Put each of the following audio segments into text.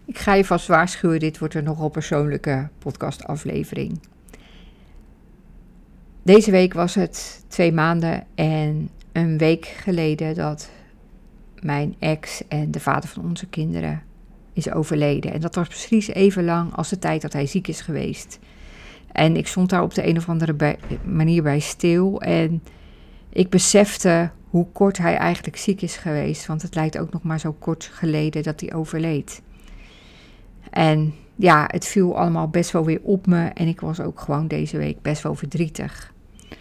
Ik ga je vast waarschuwen, dit wordt een nogal persoonlijke podcastaflevering. Deze week was het 2 maanden en een week geleden dat mijn ex en de vader van onze kinderen is overleden. En dat was precies even lang als de tijd dat hij ziek is geweest. En ik stond daar op de een of andere manier bij stil en ik besefte hoe kort hij eigenlijk ziek is geweest. Want het lijkt ook nog maar zo kort geleden dat hij overleed. En ja, het viel allemaal best wel weer op me en ik was ook gewoon deze week best wel verdrietig.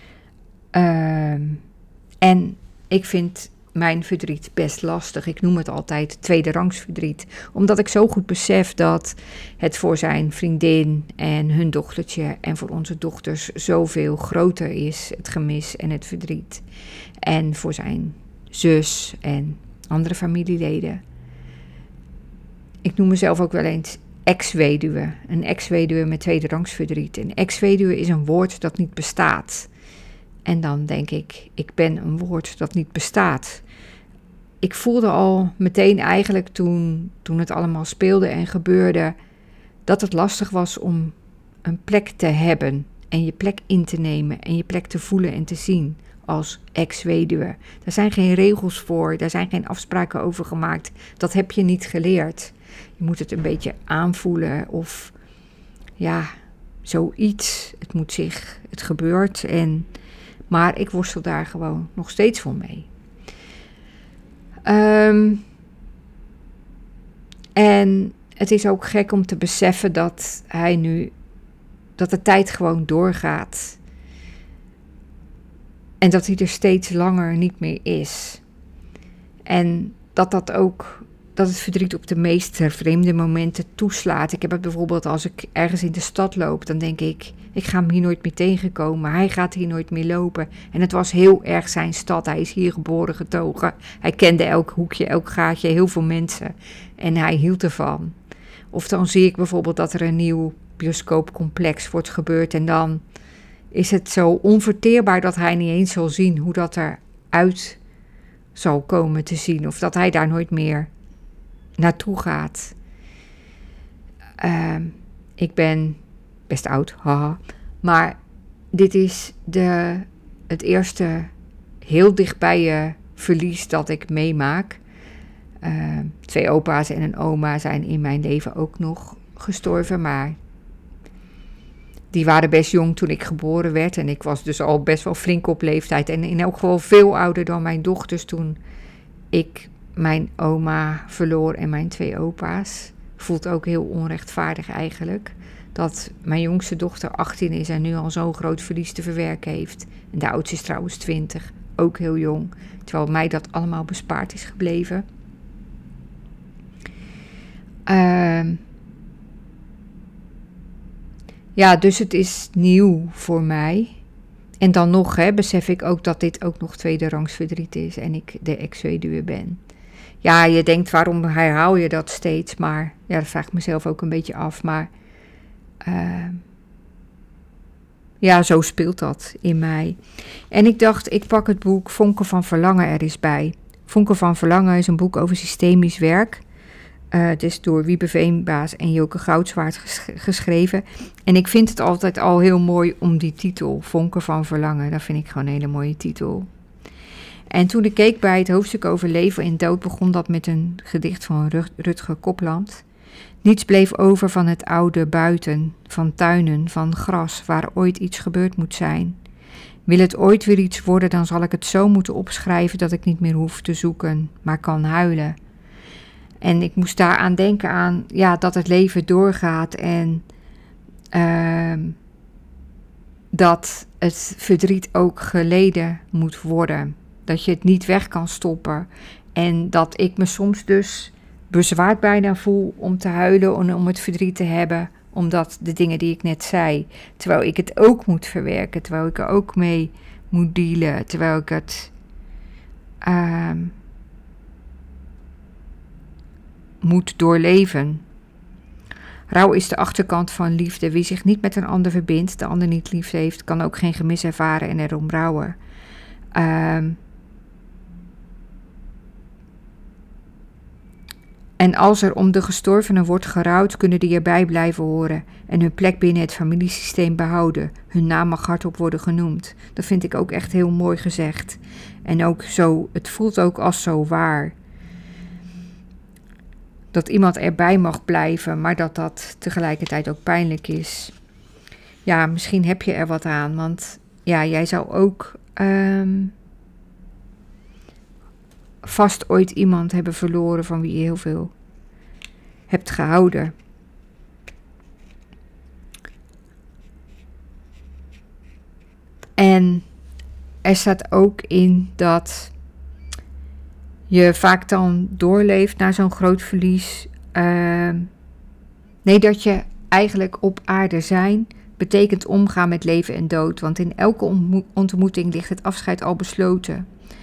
En ik vind mijn verdriet best lastig. Ik noem het altijd tweederangs verdriet. Omdat ik zo goed besef dat het voor zijn vriendin en hun dochtertje en voor onze dochters zoveel groter is, het gemis en het verdriet. En voor zijn zus en andere familieleden. Ik noem mezelf ook wel eens ex-weduwe. Een ex-weduwe met tweederangs verdriet. Een ex-weduwe is een woord dat niet bestaat. En dan denk ik ben een woord dat niet bestaat. Ik voelde al meteen eigenlijk toen het allemaal speelde en gebeurde, dat het lastig was om een plek te hebben en je plek in te nemen en je plek te voelen en te zien als ex-weduwe. Daar zijn geen regels voor, daar zijn geen afspraken over gemaakt. Dat heb je niet geleerd. Je moet het een beetje aanvoelen of ja, zoiets. Het gebeurt maar ik worstel daar gewoon nog steeds voor mee. En het is ook gek om te beseffen dat dat de tijd gewoon doorgaat. En dat hij er steeds langer niet meer is. En dat het verdriet op de meest vreemde momenten toeslaat. Ik heb het bijvoorbeeld als ik ergens in de stad loop, dan denk ik ga hem hier nooit meer tegenkomen. Hij gaat hier nooit meer lopen. En het was heel erg zijn stad. Hij is hier geboren, getogen. Hij kende elk hoekje, elk gaatje, heel veel mensen. En hij hield ervan. Of dan zie ik bijvoorbeeld dat er een nieuw bioscoopcomplex wordt gebeurd. En dan is het zo onverteerbaar dat hij niet eens zal zien hoe dat eruit zal komen te zien. Of dat hij daar nooit meer naartoe gaat. Ik ben best oud, haha. Maar dit is het eerste heel dichtbij verlies dat ik meemaak. 2 opa's en een oma zijn in mijn leven ook nog gestorven, maar die waren best jong toen ik geboren werd. En ik was dus al best wel flink op leeftijd. En in elk geval veel ouder dan mijn dochters toen ik mijn oma verloor en mijn 2 opa's. Voelt ook heel onrechtvaardig eigenlijk. Dat mijn jongste dochter 18 is en nu al zo'n groot verlies te verwerken heeft. En de oudste is trouwens 20, ook heel jong. Terwijl mij dat allemaal bespaard is gebleven. Ja, dus het is nieuw voor mij. En dan nog besef ik ook dat dit ook nog tweederangs verdriet is en ik de ex-weduwe ben. Ja, je denkt, waarom herhaal je dat steeds? Maar ja, dat vraag ik mezelf ook een beetje af. Maar ja, zo speelt dat in mij. En ik dacht, ik pak het boek Vonken van Verlangen er eens bij. Vonken van Verlangen is een boek over systemisch werk. Het is door Wiebe Veenbaas en Joke Goudswaard geschreven. En ik vind het altijd al heel mooi om die titel, Vonken van Verlangen. Dat vind ik gewoon een hele mooie titel. En toen ik keek bij het hoofdstuk over leven en dood, begon dat met een gedicht van Rutger Kopland. Niets bleef over van het oude buiten, van tuinen, van gras, waar ooit iets gebeurd moet zijn. Wil het ooit weer iets worden, dan zal ik het zo moeten opschrijven dat ik niet meer hoef te zoeken, maar kan huilen. En ik moest daaraan denken dat het leven doorgaat en dat het verdriet ook geleden moet worden. Dat je het niet weg kan stoppen. En dat ik me soms dus bezwaard bijna voel om te huilen en om het verdriet te hebben. Omdat de dingen die ik net zei, terwijl ik het ook moet verwerken, terwijl ik er ook mee moet dealen, terwijl ik het moet doorleven. Rouw is de achterkant van liefde. Wie zich niet met een ander verbindt, de ander niet lief heeft, kan ook geen gemis ervaren en erom rouwen. En als er om de gestorvenen wordt gerouwd, kunnen die erbij blijven horen en hun plek binnen het familiesysteem behouden. Hun naam mag hardop worden genoemd. Dat vind ik ook echt heel mooi gezegd. En ook zo, het voelt ook als zo waar. Dat iemand erbij mag blijven, maar dat dat tegelijkertijd ook pijnlijk is. Ja, misschien heb je er wat aan, want ja, jij zou ook vast ooit iemand hebben verloren van wie je heel veel hebt gehouden. En er staat ook in dat je vaak dan doorleeft naar zo'n groot verlies. Nee, dat je eigenlijk op aarde zijn betekent omgaan met leven en dood. Want in elke ontmoeting ligt het afscheid al besloten.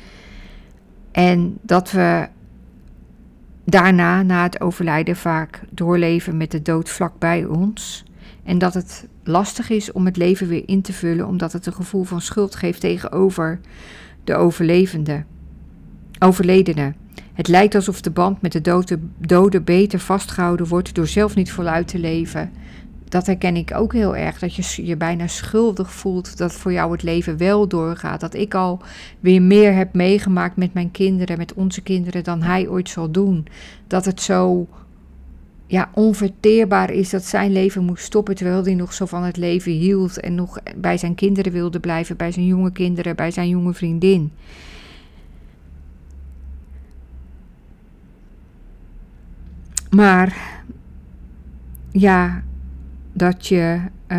En dat we daarna, na het overlijden, vaak doorleven met de dood vlakbij ons. En dat het lastig is om het leven weer in te vullen, omdat het een gevoel van schuld geeft tegenover de overledene. Het lijkt alsof de band met de dode beter vastgehouden wordt door zelf niet voluit te leven. Dat herken ik ook heel erg, dat je je bijna schuldig voelt dat voor jou het leven wel doorgaat. Dat ik al weer meer heb meegemaakt met mijn kinderen, met onze kinderen, dan hij ooit zal doen. Dat het zo onverteerbaar is dat zijn leven moest stoppen, terwijl hij nog zo van het leven hield en nog bij zijn kinderen wilde blijven, bij zijn jonge kinderen, bij zijn jonge vriendin. Maar ja, dat je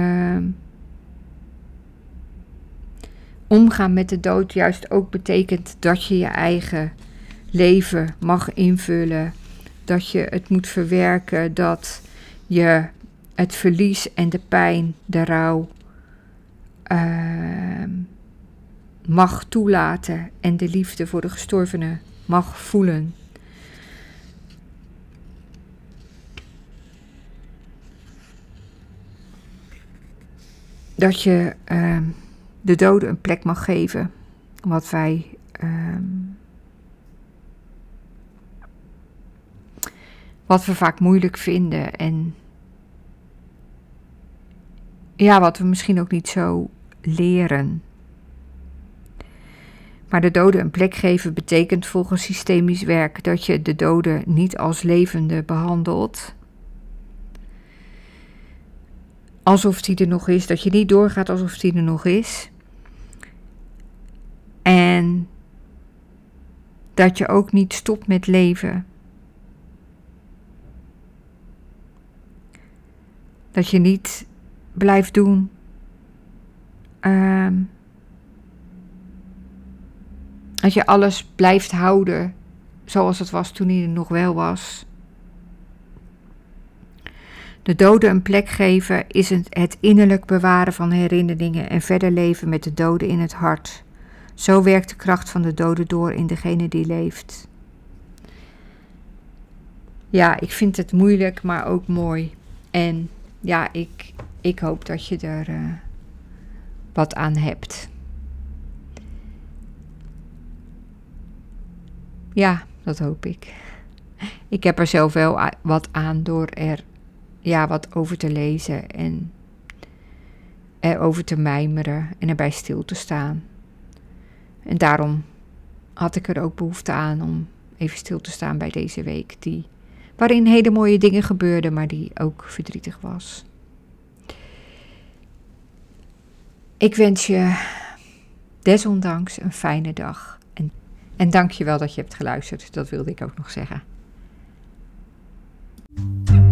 omgaan met de dood juist ook betekent dat je je eigen leven mag invullen. Dat je het moet verwerken, dat je het verlies en de pijn, de rouw mag toelaten en de liefde voor de gestorvene mag voelen. Dat je de doden een plek mag geven, wat we vaak moeilijk vinden en ja, wat we misschien ook niet zo leren. Maar de doden een plek geven betekent volgens systemisch werk dat je de doden niet als levende behandelt, alsof die er nog is, dat je niet doorgaat alsof die er nog is. En dat je ook niet stopt met leven. Dat je niet blijft doen dat je alles blijft houden zoals het was toen hij er nog wel was. De doden een plek geven is het innerlijk bewaren van herinneringen en verder leven met de doden in het hart. Zo werkt de kracht van de doden door in degene die leeft. Ja, ik vind het moeilijk, maar ook mooi. En ja, ik hoop dat je er wat aan hebt. Ja, dat hoop ik. Ik heb er zelf wel wat aan door er wat over te lezen en erover te mijmeren en erbij stil te staan. En daarom had ik er ook behoefte aan om even stil te staan bij deze week, waarin hele mooie dingen gebeurden, maar die ook verdrietig was. Ik wens je desondanks een fijne dag. En dank je wel dat je hebt geluisterd, dat wilde ik ook nog zeggen.